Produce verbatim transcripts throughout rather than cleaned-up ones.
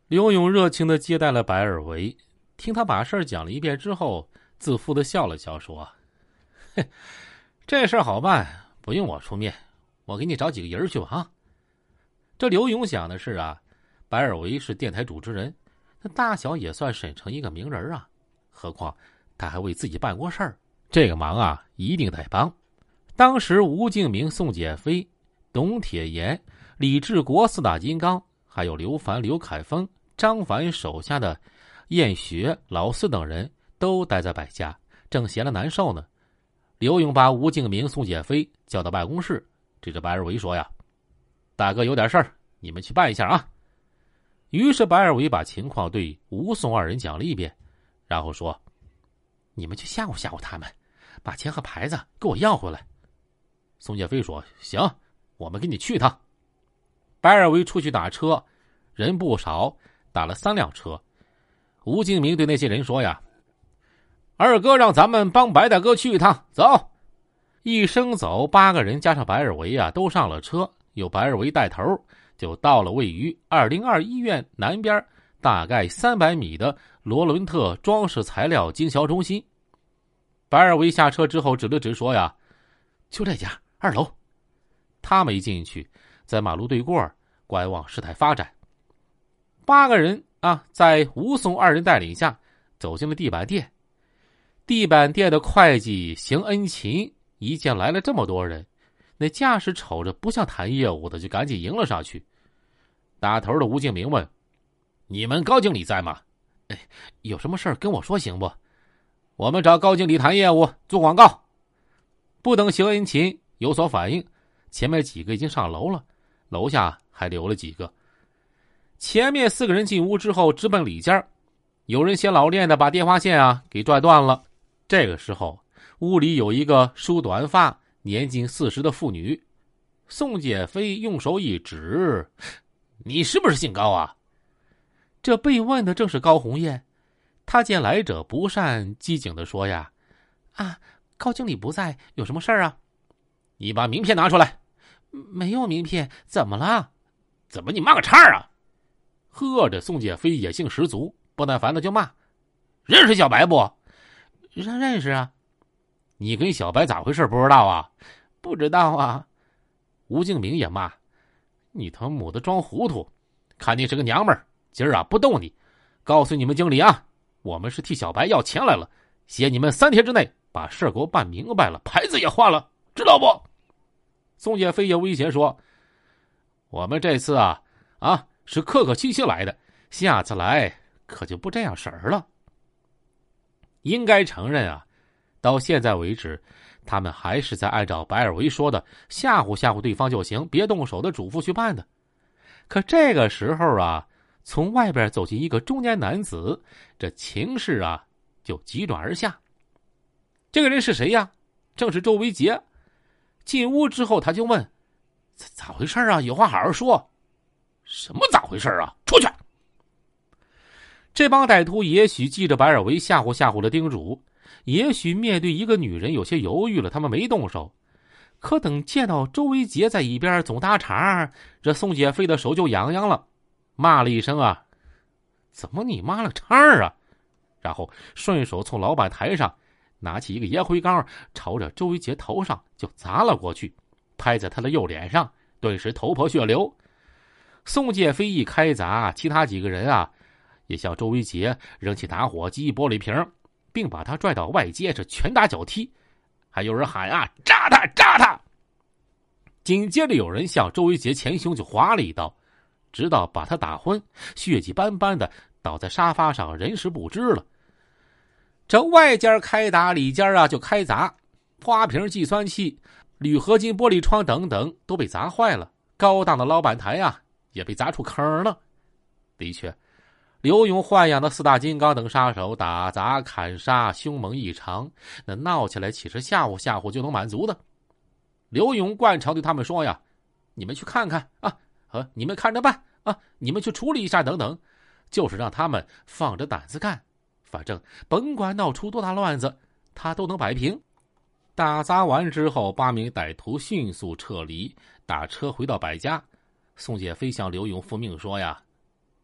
刘勇热情地接待了白尔维，听他把事儿讲了一遍之后，自负地笑了笑，说：“嘿，这事儿好办，不用我出面，我给你找几个人去吧。”啊，这刘勇想的是啊，白尔维是电台主持人，那大小也算沈城一个名人啊，何况他还为自己办过事儿，这个忙啊一定得帮。当时吴敬明、宋建飞、董铁岩、李志国四大金刚，还有刘凡、刘凯峰、张凡手下的燕学、老四等人都待在百家，正闲得难受呢。刘勇把吴敬明、宋建飞叫到办公室，对着白尔维说呀：“大哥有点事儿，你们去办一下啊。”于是白尔维把情况对吴宋二人讲了一遍，然后说：“你们去吓唬吓唬他们，把钱和牌子给我要回来。”宋建飞说：“行，我们跟你去一趟。”白尔维出去打车，人不少，打了三辆车。吴敬明对那些人说呀：“二哥让咱们帮白大哥去一趟，走。”一声走，八个人加上白尔维啊，都上了车，由白尔维带头，就到了位于二零二医院南边大概三百米的罗伦特装饰材料经销中心。白尔维下车之后指了指说呀：“就这家二楼。”他没进去，在马路对过观望事态发展。八个人啊，在吴宋二人带领下走进了地板店。地板店的会计邢恩勤一见来了这么多人，那架势瞅着不像谈业务的，就赶紧迎了上去。打头的吴敬明问：“你们高经理在吗？”“哎，有什么事儿跟我说行不？我们找高经理谈业务，做广告。”不等邢恩勤有所反应，前面几个已经上楼了，楼下还留了几个。前面四个人进屋之后直奔里间，有人先老练的把电话线啊给拽断了。这个时候屋里有一个梳短发年近四十的妇女。宋建飞用手一指：“你是不是姓高啊？”这被问的正是高红艳。他见来者不善，机警地说呀：“啊，高经理不在，有什么事儿啊？”“你把名片拿出来。”“没有名片，怎么了？”“怎么你骂个叉啊？”呵着，宋建飞野性十足，不耐烦的就骂：“认识小白不？”“认认识啊。”“你跟小白咋回事不知道啊？”“不知道啊。”吴敬明也骂：“你他母的装糊涂！看你是个娘们儿，今儿啊不动你，告诉你们经理啊，我们是替小白要钱来了，写你们三天之内把事给我办明白了，牌子也换了，知道不？”宋建飞也威胁说：“我们这次啊啊是客客气气来的，下次来可就不这样式儿了。”应该承认啊，到现在为止，他们还是在按照白尔维说的吓唬吓唬对方就行，别动手的嘱咐去办的。可这个时候啊，从外边走进一个中年男子，这情势啊就急转而下。这个人是谁呀？正是周维杰。进屋之后他就问：“咋回事啊？有话好好说。”“什么咋回事啊？出去！”这帮歹徒也许记着白尔维吓唬吓唬的叮嘱，也许面对一个女人有些犹豫了，他们没动手。可等见到周维杰在一边总搭茬，这宋建飞的手就痒痒了，骂了一声啊：“怎么你妈了叉啊！”然后顺手从老板台上拿起一个烟灰缸，朝着周维杰头上就砸了过去，拍在他的右脸上，顿时头破血流。宋建飞一开砸，其他几个人啊也向周维杰扔起打火机、玻璃瓶，并把他拽到外街，是拳打脚踢，还有人喊啊：“扎他，扎他！”紧接着有人向周维杰前胸就划了一刀，直到把他打昏，血迹斑斑的倒在沙发上，人事不知了。这外间开打，里间啊就开砸，花瓶、计算器、铝合金玻璃窗等等都被砸坏了，高档的老板台啊也被砸出坑了。的确，刘勇豢养的四大金刚等杀手打砸砍杀凶猛异常，那闹起来岂是吓唬吓唬就能满足的？刘勇惯常对他们说呀：“你们去看看啊，和你们看着办啊，你们去处理一下等等，就是让他们放着胆子干，反正甭管闹出多大乱子，他都能摆平。”打砸完之后，八名歹徒迅速撤离，打车回到百家。宋建飞向刘勇复命说呀：“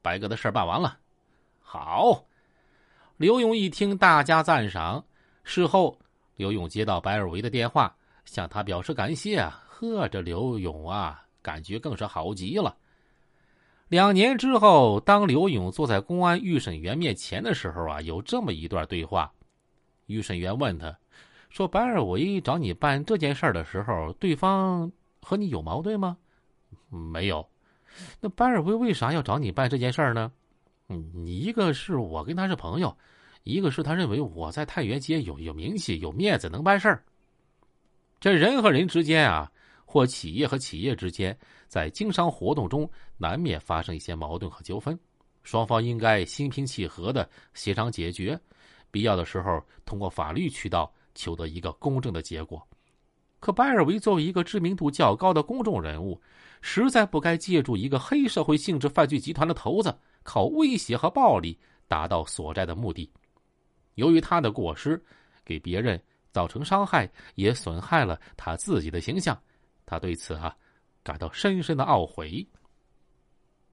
白哥的事办完了。好。刘勇一听，大加赞赏。事后，刘勇接到白尔维的电话，向他表示感谢啊。呵，这刘勇啊，感觉更是好极了。两年之后，当刘勇坐在公安预审员面前的时候啊，有这么一段对话。预审员问他说：“白尔维找你办这件事的时候，对方和你有矛盾吗？”“没有。”“那白尔维为啥要找你办这件事呢？”“嗯，你一个是我跟他是朋友，一个是他认为我在太原街有有名气有面子能办事儿。”这人和人之间啊，或企业和企业之间，在经商活动中难免发生一些矛盾和纠纷，双方应该心平气和的协商解决，必要的时候通过法律渠道求得一个公正的结果。可白尔维作为一个知名度较高的公众人物，实在不该借助一个黑社会性质犯罪集团的头子，靠威胁和暴力达到所在的目的。由于他的过失，给别人造成伤害，也损害了他自己的形象，他对此啊感到深深的懊悔。